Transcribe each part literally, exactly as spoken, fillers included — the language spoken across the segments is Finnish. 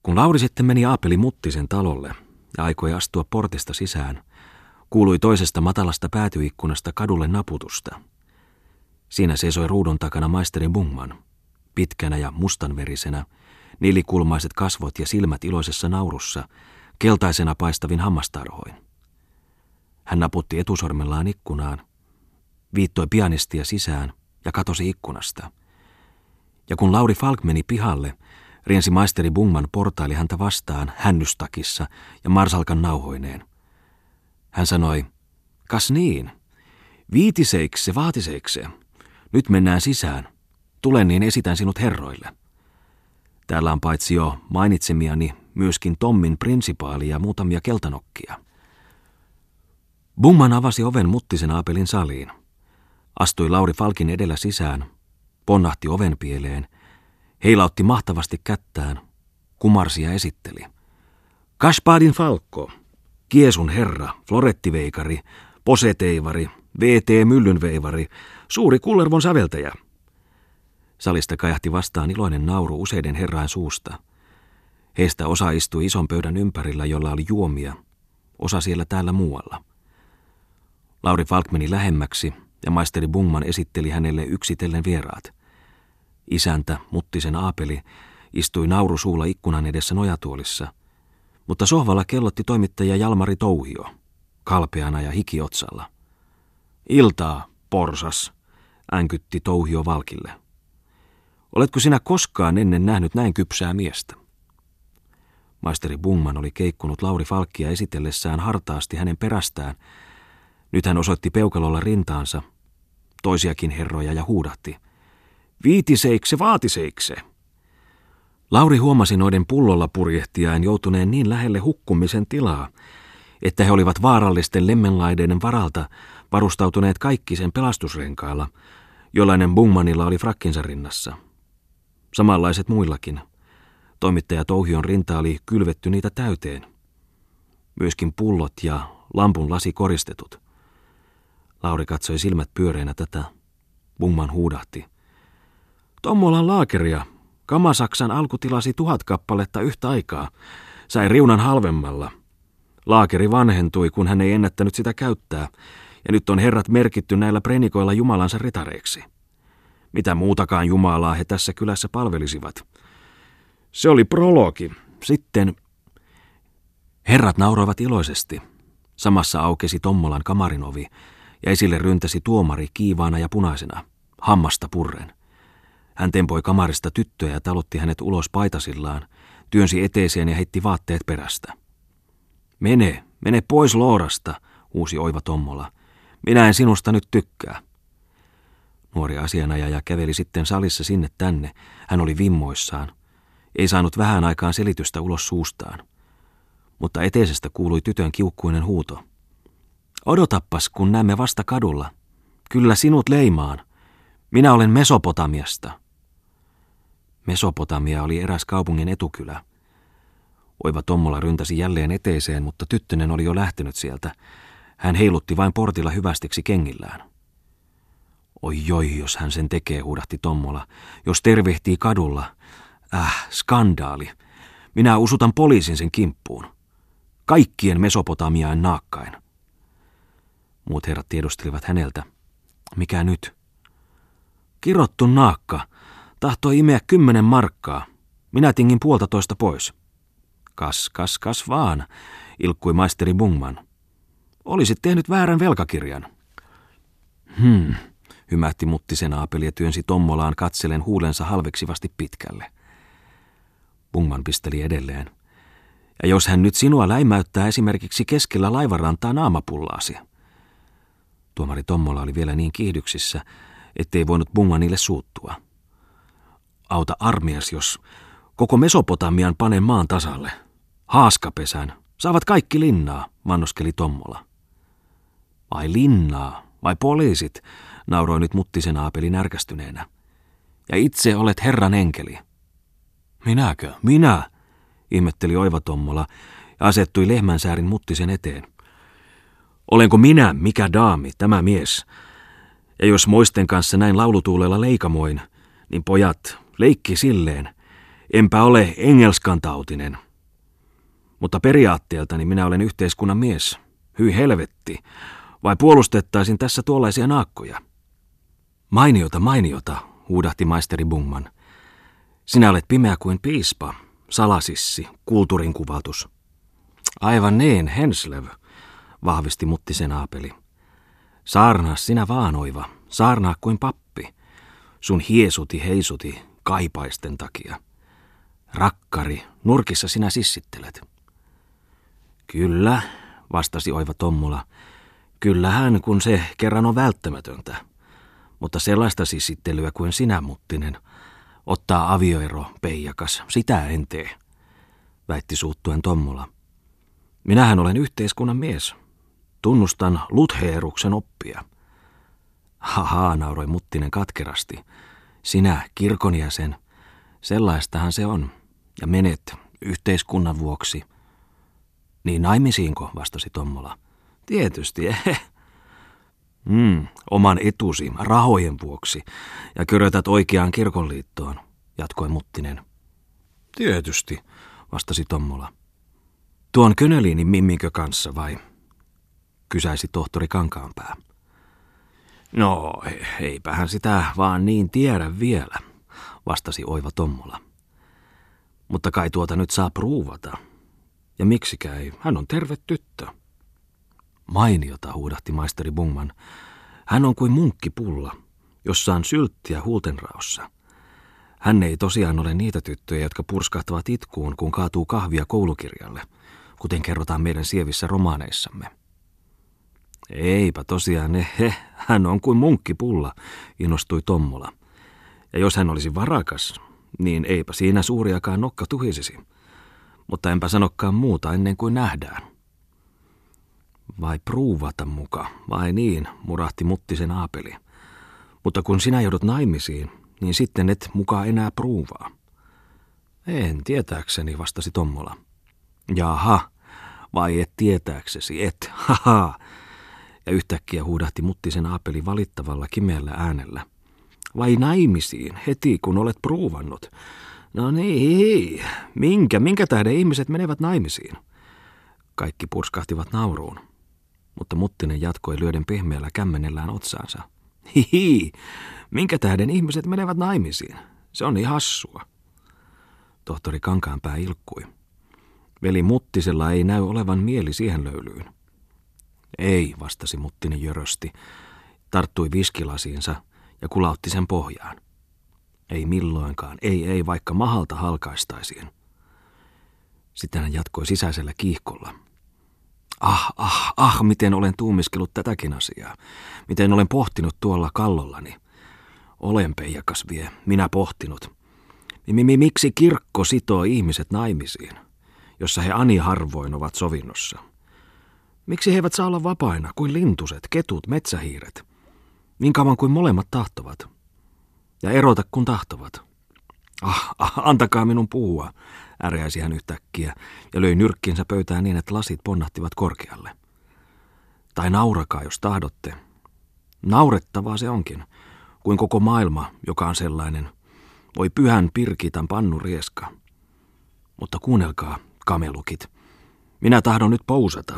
Kun Lauri sitten meni Aapeli Muttisen talolle ja aikoi astua portista sisään, kuului toisesta matalasta päätyikkunasta kadulle naputusta. Siinä seisoi ruudun takana maisteri Bungman, pitkänä ja mustanverisenä, nelikulmaiset kasvot ja silmät iloisessa naurussa, keltaisena paistavin hammastarhoin. Hän naputti etusormellaan ikkunaan, viittoi pianistia sisään ja katosi ikkunasta. Ja kun Lauri Falk meni pihalle, riensi maisteri Bungman portaili häntä vastaan hännystakissa ja marsalkan nauhoineen. Hän sanoi, kas niin, viitiseikse, vaatiseikse, nyt mennään sisään. Tule niin esitän sinut herroille. Täällä on paitsi jo mainitsemiani myöskin Tommin prinsipaali ja muutamia keltanokkia. Bungman avasi oven Muttisen Aapelin saliin. Astui Lauri Falkin edellä sisään, ponnahti oven pieleen, heilautti mahtavasti kättään, kumarsi ja esitteli. Kaspadin Falkko, Kiesun herra, florettiveikari, poseteivari, V T Myllynveivari, suuri kullervon säveltäjä. Salista kajahti vastaan iloinen nauru useiden herrain suusta. Heistä osa istui ison pöydän ympärillä, jolla oli juomia, osa siellä täällä muualla. Lauri Falk meni lähemmäksi ja maisteri Bungman esitteli hänelle yksitellen vieraat. Isäntä, Muttisen Aapeli, istui naurusuulla ikkunan edessä nojatuolissa, mutta sohvalla kellotti toimittaja Jalmari Touhio, kalpeana ja hikiotsalla. Iltaa, porsas, änkytti Touhio Valkille. Oletko sinä koskaan ennen nähnyt näin kypsää miestä? Maisteri Bungman oli keikkunut Lauri Falkia esitellessään hartaasti hänen perästään. Nyt hän osoitti peukalolla rintaansa, toisiakin herroja ja huudahti. Viitiseikse, vaatiseikse. Lauri huomasi noiden pullolla purjehtiain joutuneen niin lähelle hukkumisen tilaa, että he olivat vaarallisten lemmenlaideiden varalta varustautuneet kaikki sen pelastusrenkailla, jollainen Bungmanilla oli frakkinsa rinnassa. Samanlaiset muillakin. Toimittaja Touhion rinta oli kylvetty niitä täyteen. Myöskin pullot ja lampun lasi koristetut. Lauri katsoi silmät pyöreinä tätä. Bungman huudahti. Tommolan laakeria. Kamasaksan alku tilasi tuhat kappaletta yhtä aikaa. Sai riunan halvemmalla. Laakeri vanhentui, kun hän ei ennättänyt sitä käyttää, ja nyt on herrat merkitty näillä prenikoilla Jumalansa ritareiksi. Mitä muutakaan Jumalaa he tässä kylässä palvelisivat. Se oli prologi. Sitten herrat nauroivat iloisesti. Samassa aukesi Tommolan kamarin ovi, ja esille ryntäsi tuomari kiivaana ja punaisena, hammasta purren. Hän tempoi kamarista tyttöä ja talutti hänet ulos paitasillaan, työnsi eteeseen ja heitti vaatteet perästä. Mene, mene pois loorasta, huusi oiva Tommola. Minä en sinusta nyt tykkää. Nuori asianajaja käveli sitten salissa sinne tänne. Hän oli vimmoissaan. Ei saanut vähän aikaan selitystä ulos suustaan. Mutta eteisestä kuului tytön kiukkuinen huuto. Odotappas, kun näemme vasta kadulla. Kyllä sinut leimaan. Minä olen Mesopotamiasta. Mesopotamia oli eräs kaupungin etukylä. Oiva Tommola ryntäsi jälleen eteeseen, mutta tyttönen oli jo lähtenyt sieltä. Hän heilutti vain portilla hyvästiksi kengillään. Oi joi, jos hän sen tekee, huudahti Tommola. Jos tervehtii kadulla. Äh, skandaali. Minä usutan poliisin sen kimppuun. Kaikkien Mesopotamiain naakkain. Muut herrat tiedustelivat häneltä. Mikä nyt? Kirottu naakka. Tahtoi imeä kymmenen markkaa. Minä tingin puoltatoista pois. Kas, kas, kas vaan, ilkkui maisteri Bungman. Olisit tehnyt väärän velkakirjan. Hmm, hymähti Muttisen Aapeli ja työnsi Tommolaan katsellen huulensa halveksivasti pitkälle. Bungman pisteli edelleen. Ja jos hän nyt sinua läimäyttää esimerkiksi keskellä laivarantaa naamapullaasi. Tuomari Tommola oli vielä niin kiihdyksissä, ettei voinut Bungmanille suuttua. Auta armias, jos koko Mesopotamian pane maan tasalle. Haaskapesän. Saavat kaikki linnaa, vannoskeli Tommola. Vai linnaa, vai poliisit, nauroi nyt Muttisen Aapeli närkästyneenä. Ja itse olet Herran enkeli. Minäkö? Minä, ihmetteli oiva Tommola ja asettui lehmänsäärin Muttisen eteen. Olenko minä, mikä daami, tämä mies? Ja jos moisten kanssa näin laulutuulella leikamoin, niin pojat, leikki silleen. Enpä ole engelskantautinen. Mutta periaatteeltani minä olen yhteiskunnan mies. Hyi helvetti. Vai puolustettaisin tässä tuollaisia naakkoja? Mainiota, mainiota, huudahti maisteri Bungman. Sinä olet pimeä kuin piispa, salasissi, kulttuurin kuvatus. Aivan niin, Henslev, vahvisti Muttisen Aapeli. Saarnaa sinä vaan, Oiva, saarnaa kuin pappi. Sun hiesuti heisuti kaipaisten takia. Rakkari, nurkissa sinä sissittelet. Kyllä, vastasi Oiva Tommola. Kyllähän, kun se kerran on välttämätöntä. Mutta sellaista sissittelyä kuin sinä, Muttinen, ottaa avioero, peijakas, sitä en tee, väitti suuttuen Tommola. Minähän olen yhteiskunnan mies. Tunnustan Lutheeruksen oppia. Haha, nauroi Muttinen katkerasti. Sinä, kirkon jäsen, sellaistahan se on. Ja menet yhteiskunnan vuoksi. Niin naimisiinko, vastasi Tommola. Tietysti, eh. Mm, oman etusi, rahojen vuoksi, ja körötät oikeaan kirkonliittoon, jatkoi Muttinen. Tietysti, vastasi Tommola. Tuon Könöliinin Mimmikö kanssa vai? Kysäisi tohtori Kankaanpää. No, eipähän sitä vaan niin tiedä vielä, vastasi Oiva Tommola. Mutta kai tuota nyt saa pruuvata. Ja miksikä ei, hän on terve tyttö. Mainiota, huudahti maisteri Bungman. Hän on kuin munkkipulla, jossa on sylttiä huultenraossa. Hän ei tosiaan ole niitä tyttöjä, jotka purskahtavat itkuun, kun kaatuu kahvia koulukirjalle, kuten kerrotaan meidän sievissä romaaneissamme. Eipä tosiaan, ehe, hän on kuin munkkipulla, innostui Tommola. Ja jos hän olisi varakas, niin eipä siinä suuriakaan nokka tuhisisi. Mutta enpä sanokaan muuta ennen kuin nähdään. Vai pruuvata muka, vai niin, murahti Muttisen Aapeli. Mutta kun sinä joudut naimisiin, niin sitten et muka enää pruuvaa. En tietääkseni, vastasi Tommola. Jaha, vai et tietääksesi, et, haha. Ja yhtäkkiä huudahti Muttisen Aapeli valittavalla kimeällä äänellä. Vai naimisiin, heti kun olet pruuvannut. No niin, minkä, minkä tähden ihmiset menevät naimisiin? Kaikki purskahtivat nauruun, mutta Muttinen jatkoi lyöden pehmeällä kämmenellään otsaansa. Hihi, minkä tähden ihmiset menevät naimisiin? Se on niin hassua. Tohtori Kankaanpää ilkkui. Veli Muttisella ei näy olevan mieli siihen löylyyn. Ei, vastasi Muttinen jörösti, tarttui viskilasiinsa ja kulautti sen pohjaan. Ei milloinkaan, ei, ei, vaikka mahalta halkaistaisiin. Sitten hän jatkoi sisäisellä kiihkolla. Ah, ah, ah, miten olen tuumiskellut tätäkin asiaa. Miten olen pohtinut tuolla kallollani. Olen peijakas vie, minä pohtinut. Miksi kirkko sitoo ihmiset naimisiin, jossa he ani harvoin ovat sovinnossa? Miksi he eivät saa olla vapaina kuin lintuset, ketut, metsähiiret? Niin kauan kuin molemmat tahtovat. Ja erota kun tahtovat. Ah, ah, antakaa minun puhua, äreäisi hän yhtäkkiä ja löi nyrkkinsä pöytään niin, että lasit ponnahtivat korkealle. Tai naurakaa, jos tahdotte. Naurettavaa se onkin, kuin koko maailma, joka on sellainen. Voi pyhän Pirkitan pannurieska. Mutta kuunnelkaa, kamelukit. Minä tahdon nyt pousata.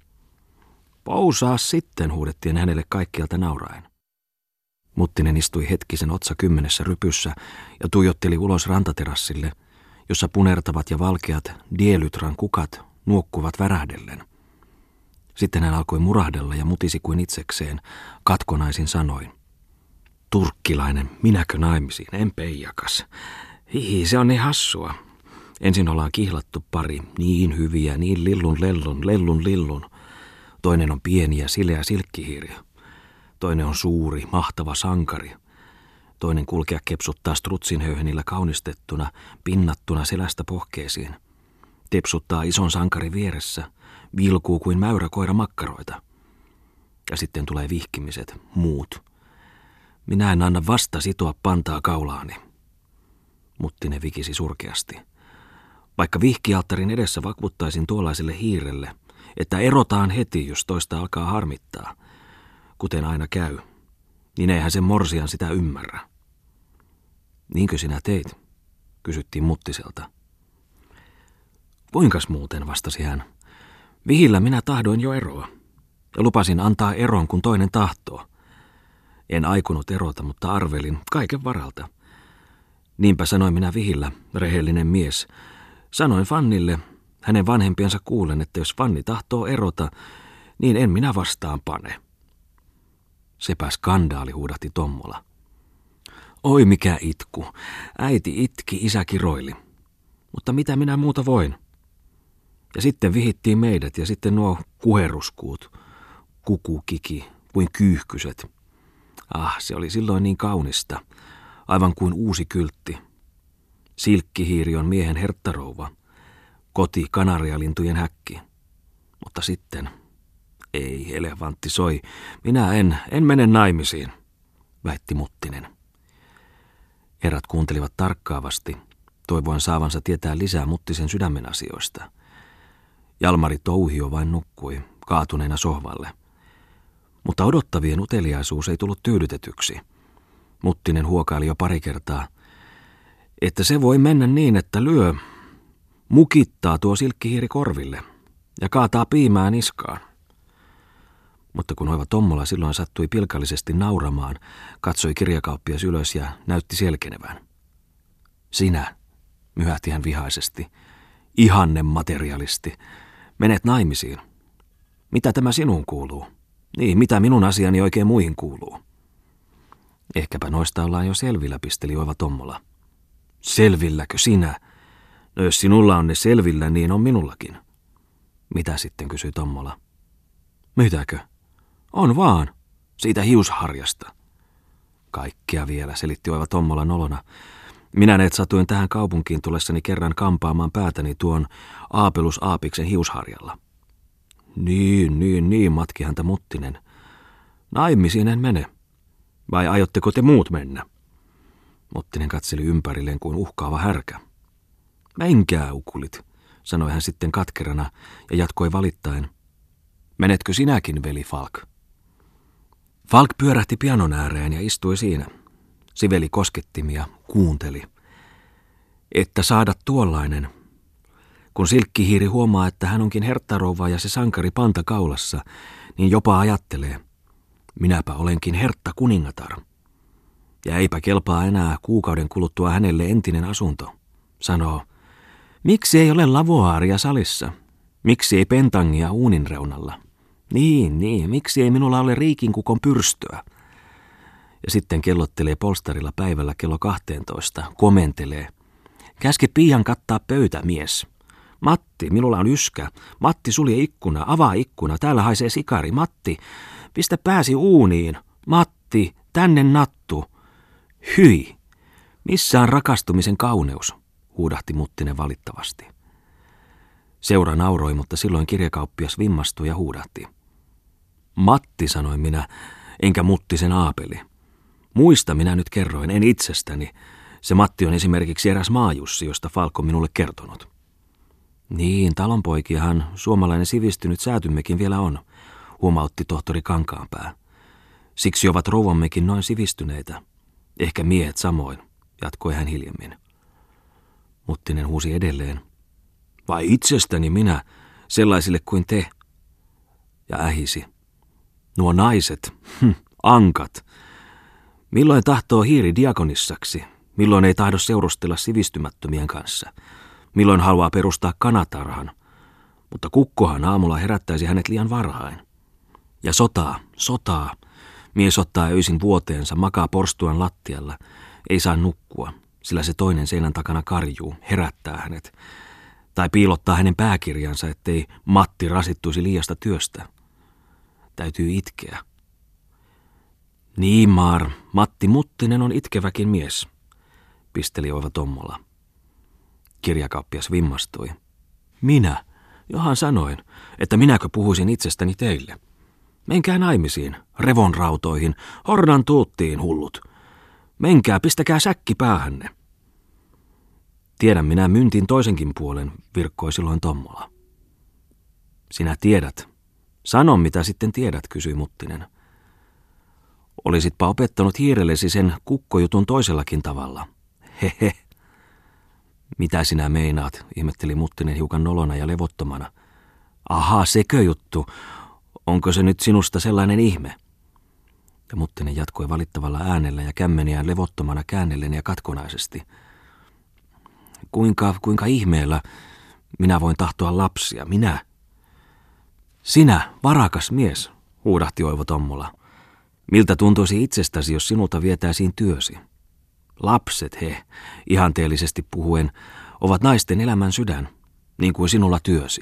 Pousaa sitten, huudettiin hänelle kaikkialta nauraen. Muttinen istui hetkisen otsa kymmenessä rypyssä ja tuijotteli ulos rantaterassille, jossa punertavat ja valkeat dielytran kukat nuokkuvat värähdellen. Sitten hän alkoi murahdella ja mutisi kuin itsekseen, katkonaisin sanoin. Turkkilainen, minäkö naimisiin, en peijakas. Hihi, se on niin hassua. Ensin ollaan kihlattu pari, niin hyviä, niin lillun lellun, lellun lillun. Toinen on pieni ja sileä silkkihiiri. Toinen on suuri, mahtava sankari. Toinen kulkea kepsuttaa strutsinhöyhenillä kaunistettuna, pinnattuna selästä pohkeisiin. Tepsuttaa ison sankari vieressä, vilkuu kuin mäyräkoira makkaroita. Ja sitten tulee vihkimiset, muut. Minä en anna vasta sitoa pantaa kaulaani. Muttinen vikisi surkeasti. Vaikka vihkialttarin edessä vakuuttaisin tuollaiselle hiirelle, että erotaan heti, jos toista alkaa harmittaa, kuten aina käy, niin eihän sen morsian sitä ymmärrä. Niinkö sinä teit? kysyttiin Muttiselta. Kuinkas muuten, vastasi hän. Vihillä minä tahdoin jo eroa. Ja lupasin antaa eron, kun toinen tahtoo. En aikonut erota, mutta arvelin kaiken varalta. Niinpä sanoin minä Vihillä, rehellinen mies. Sanoin Fannille, hänen vanhempiensa kuulen, että jos Fanni tahtoo erota, niin en minä vastaan pane. Sepä skandaali, huudahti Tommola. Oi mikä itku. Äiti itki, isä kiroili. Mutta mitä minä muuta voin? Ja sitten vihittiin meidät ja sitten nuo kuheruskuut, kukukiki, kuin kyyhkyset. Ah, se oli silloin niin kaunista, aivan kuin uusi kyltti. Silkkihiiri on miehen herttarouva, koti kanarialintujen häkki. Mutta sitten, ei elefantti soi, minä en, en mene naimisiin, väitti Muttinen. Herrat kuuntelivat tarkkaavasti, toivoen saavansa tietää lisää Muttisen sydämen asioista. Jalmari Touhio vain nukkui, kaatuneena sohvalle. Mutta odottavien uteliaisuus ei tullut tyydytetyksi. Muttinen huokaili jo pari kertaa, että se voi mennä niin, että lyö, mukittaa tuo silkkihiiri korville ja kaataa piimää niskaan. Mutta kun Oiva Tommola silloin sattui pilkallisesti nauramaan, katsoi kirjakauppias ylös ja näytti selkenevän. Sinä, myhähti hän vihaisesti, ihanne materialisti, menet naimisiin. Mitä tämä sinun kuuluu? Niin, mitä minun asiani oikein muihin kuuluu? Ehkäpä noista ollaan jo selvillä, pisteli Oiva Tommola. Selvilläkö sinä? No jos sinulla on ne selvillä, niin on minullakin. Mitä sitten, kysyi Tommola. Mitäkö? On vaan. Siitä hiusharjasta. Kaikkea vielä, selitti Oiva Tommola nolona. Minä näet satuin tähän kaupunkiin tullessani kerran kampaamaan päätäni tuon Aapelus Aapiksen hiusharjalla. Niin, niin, niin, matki häntä Muttinen. Naimisiin en mene. Vai aiotteko te muut mennä? Muttinen katseli ympärilleen kuin uhkaava härkä. Menkää, ukulit, sanoi hän sitten katkerana ja jatkoi valittaen. Menetkö sinäkin, veli Falk? Falk pyörähti pianon ääreen ja istui siinä. Siveli koskettimia, kuunteli. Että saada tuollainen. Kun silkkihiiri huomaa, että hän onkin herttarouva ja se sankari panta kaulassa, niin jopa ajattelee, minäpä olenkin hertta kuningatar. Ja eipä kelpaa enää kuukauden kuluttua hänelle entinen asunto. Sanoo, miksi ei ole lavoaaria salissa? Miksi ei pentangia uunin reunalla? Niin, niin, miksi ei minulla ole riikinkukon pyrstöä? Ja sitten kellottelee polstarilla päivällä kello kahteentoista, komentelee. Käske piian kattaa pöytä, mies. Matti, minulla on yskä. Matti, sulje ikkuna, avaa ikkuna, täällä haisee sikari. Matti, pistä pääsi uuniin. Matti, tänne nattu. Hyi, missä on rakastumisen kauneus, huudahti Muttinen valittavasti. Seura nauroi, mutta silloin kirjakauppias vimmastui ja huudahti. Matti, sanoin minä, enkä Muttisen Aapeli. Muista minä nyt kerroin, en itsestäni. Se Matti on esimerkiksi eräs maajussi, josta Falk on minulle kertonut. Niin, talonpoikiahan suomalainen sivistynyt säätymmekin vielä on, huomautti tohtori Kankaanpää. Siksi ovat rouvammekin noin sivistyneitä. Ehkä miehet samoin, jatkoi hän hiljemmin. Muttinen huusi edelleen. Vai itsestäni minä, sellaisille kuin te? Ja ähisi. Nuo naiset, hm, ankat. Milloin tahtoo hiiri diakonissaksi, milloin ei tahdo seurustella sivistymättömien kanssa, milloin haluaa perustaa kanatarhan, mutta kukkohan aamulla herättäisi hänet liian varhain. Ja sotaa, sotaa. Mies ottaa öisin vuoteensa, makaa porstuan lattialla, ei saa nukkua, sillä se toinen seinän takana karjuu, herättää hänet. Tai piilottaa hänen pääkirjansa, ettei Matti rasittuisi liiasta työstä. Täytyy itkeä. Niin, Maar, Matti Muttinen on itkeväkin mies, pisteli Oiva Tommola. Kirjakauppias vimmastui. Minä, johan sanoin, että minäkö puhuisin itsestäni teille. Menkää naimisiin, revonrautoihin, hornan tuuttiin, hullut. Menkää, pistäkää säkki päähänne. Tiedän minä myntin toisenkin puolen, virkkoi silloin Tommola. Sinä tiedät. Sano, mitä sitten tiedät, kysyi Muttinen. Olisitpa opettanut hiirellesi sen kukkojutun toisellakin tavalla. Hehe. Mitä sinä meinaat, ihmetteli Muttinen hiukan nolona ja levottomana. Ahaa, sekö juttu? Onko se nyt sinusta sellainen ihme? Ja Muttinen jatkoi valittavalla äänellä ja kämmeniään levottomana käännellen ja katkonaisesti. Kuinka, kuinka ihmeellä minä voin tahtoa lapsia, minä? Sinä, varakas mies, huudahti Oivo Tommola. Miltä tuntuisi itsestäsi, jos sinulta vietäisiin työsi? Lapset, he, ihanteellisesti puhuen, ovat naisten elämän sydän, niin kuin sinulla työsi.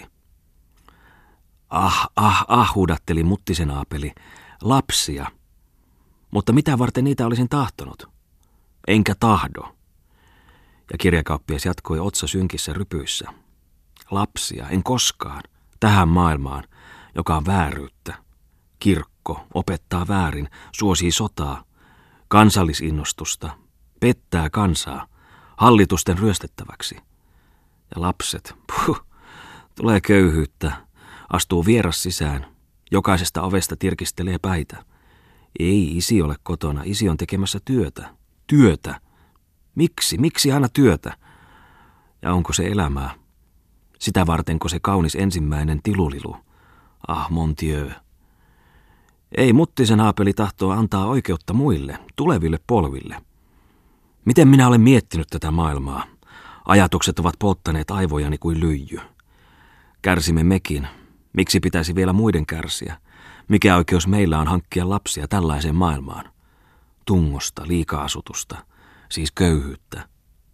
Ah, ah, ah, huudatteli Muttisen Aapeli, lapsia. Mutta mitä varten niitä olisin tahtonut? Enkä tahdo. Ja kirjakauppias jatkoi otsa synkissä rypyissä. Lapsia, en koskaan, tähän maailmaan, joka on vääryyttä. Kirkko opettaa väärin, suosii sotaa, kansallisinnostusta, pettää kansaa, hallitusten ryöstettäväksi. Ja lapset, puh, tulee köyhyyttä, astuu vieras sisään, jokaisesta ovesta tirkistelee päitä. Ei isi ole kotona, isi on tekemässä työtä. Työtä. Miksi, miksi aina työtä? Ja onko se elämää? Sitä vartenko se kaunis ensimmäinen tilulilu? Ah, mon Dieu. Ei Muttisen Aapeli tahtoo antaa oikeutta muille, tuleville polville. Miten minä olen miettinyt tätä maailmaa? Ajatukset ovat polttaneet aivojani kuin lyijy. Kärsimme mekin. Miksi pitäisi vielä muiden kärsiä? Mikä oikeus meillä on hankkia lapsia tällaiseen maailmaan? Tungosta, liika-asutusta, siis köyhyyttä.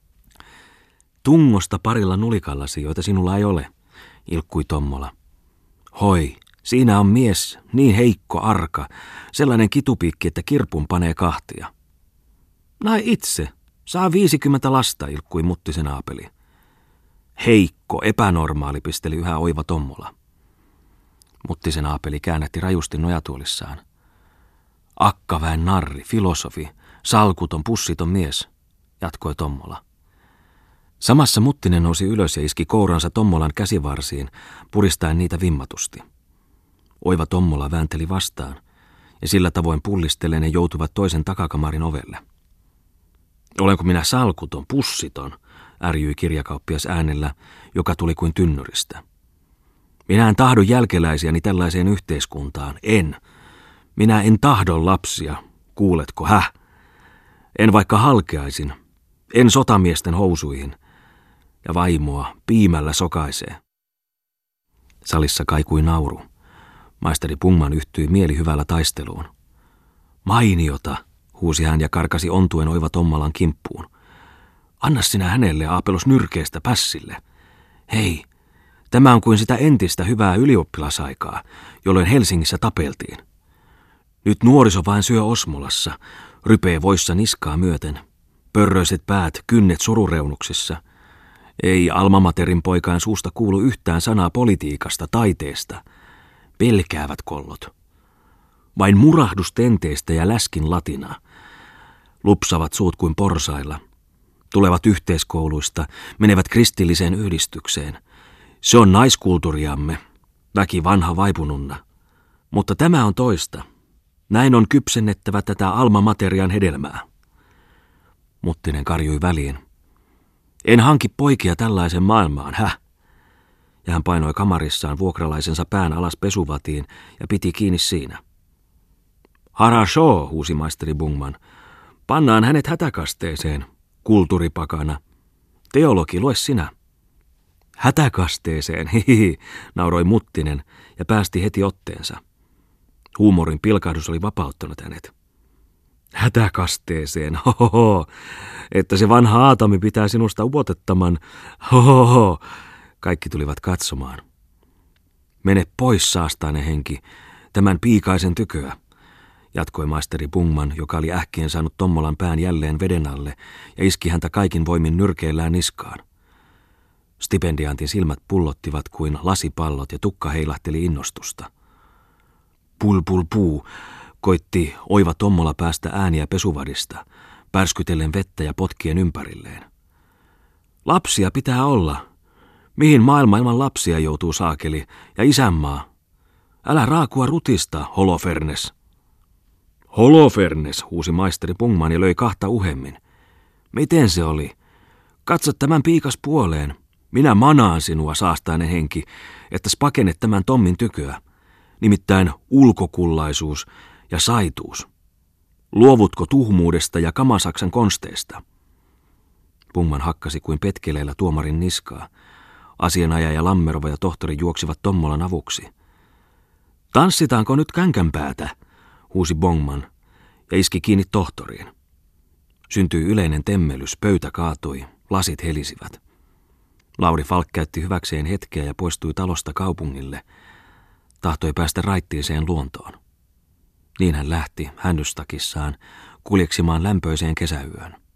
Tungosta parilla nulikallasi, joita sinulla ei ole, ilkkui Tommola. Hoi, siinä on mies, niin heikko arka, sellainen kitupiikki, että kirpun panee kahtia. Nai itse, saa viisikymmentä lasta, ilkkui Muttisen Aapeli. Heikko, epänormaali, pisteli yhä Oiva Tommola. Muttisen Aapeli käännätti rajusti nojatuolissaan. Akkaväen narri, filosofi, salkuton, pussiton mies, jatkoi Tommola. Samassa Muttinen nousi ylös ja iski kouransa Tommolan käsivarsiin, puristaen niitä vimmatusti. Oiva Tommola väänteli vastaan, ja sillä tavoin pullistellen ne joutuvat toisen takakamarin ovelle. Olenko minä salkuton, pussiton, ärjyi kirjakauppias äänellä, joka tuli kuin tynnyristä. Minä en tahdo jälkeläisiäni tällaiseen yhteiskuntaan, en. Minä en tahdo lapsia, kuuletko, häh? En vaikka halkeaisin, en sotamiesten housuihin, ja vaimoa piimällä sokaisee. Salissa kaikui nauru. Maisteri Pungman yhtyi mielihyvällä taisteluun. Mainiota, huusi hän ja karkasi ontuen Oiva Tommolan kimppuun. Anna sinä hänelle aapelos nyrkeestä pässille. Hei, tämä on kuin sitä entistä hyvää ylioppilasaikaa, jolloin Helsingissä tapeltiin. Nyt nuoriso vain syö Osmolassa, rypee voissa niskaa myöten. Pörröiset päät, kynnet surureunuksissa. Ei Alma Materin poikain suusta kuulu yhtään sanaa politiikasta, taiteesta. Pelkäävät kollot. Vain murahdus tenteistä ja läskin latinaa. Lupsavat suut kuin porsailla. Tulevat yhteiskouluista, menevät kristilliseen yhdistykseen. Se on naiskulttuuriamme, väki vanha vaipununna. Mutta tämä on toista. Näin on kypsennettävä tätä Alma Materian hedelmää. Muttinen karjui väliin. En hanki poikia tällaisen maailmaan, häh? Ja hän painoi kamarissaan vuokralaisensa pään alas pesuvatiin ja piti kiinni siinä. Harasho, huusi maisteri Bungman. Pannaan hänet hätäkasteeseen, kulttuuripakana. Teologi, lue sinä. Hätäkasteeseen, hihihi, nauroi Muttinen ja päästi heti otteensa. Huumorin pilkahdus oli vapauttanut hänet. Hätäkasteeseen, hohoho, että se vanha Aatami pitää sinusta upotettaman, hohoho. Kaikki tulivat katsomaan. Mene pois, saastainen henki, tämän piikaisen tyköä, jatkoi maisteri Pungman, joka oli ähkien saanut Tommolan pään jälleen veden alle ja iski häntä kaikin voimin nyrkeillään niskaan. Stipendiantin silmät pullottivat kuin lasipallot ja tukka heilahteli innostusta. Pul pul puu, koitti Oiva Tommola päästä ääniä pesuvadista, pärskytellen vettä ja potkien ympärilleen. Lapsia pitää olla. Mihin maailma ilman lapsia joutuu saakeli ja isänmaa? Älä raakua rutista, Holofernes. Holofernes, huusi maisteri Pungman ja löi kahta uhemmin. Miten se oli? Katso tämän piikas puoleen. Minä manaan sinua, saastainen henki, että pakenet tämän Tommin tyköä. Nimittäin ulkokullaisuus ja saituus. Luovutko tuhmuudesta ja kamasaksan konsteista? Pungman hakkasi kuin petkeleillä tuomarin niskaa. Asianajaja ja Lammerova ja tohtori juoksivat Tommolan avuksi. Tanssitaanko nyt känkänpäätä, huusi Bongman ja iski kiinni tohtoriin. Syntyi yleinen temmelys, pöytä kaatui, lasit helisivät. Lauri Falk käytti hyväkseen hetkeä ja poistui talosta kaupungille. Tahtoi päästä raittiiseen luontoon. Niin hän lähti hännystakissaan kuljeksimaan lämpöiseen kesäyön.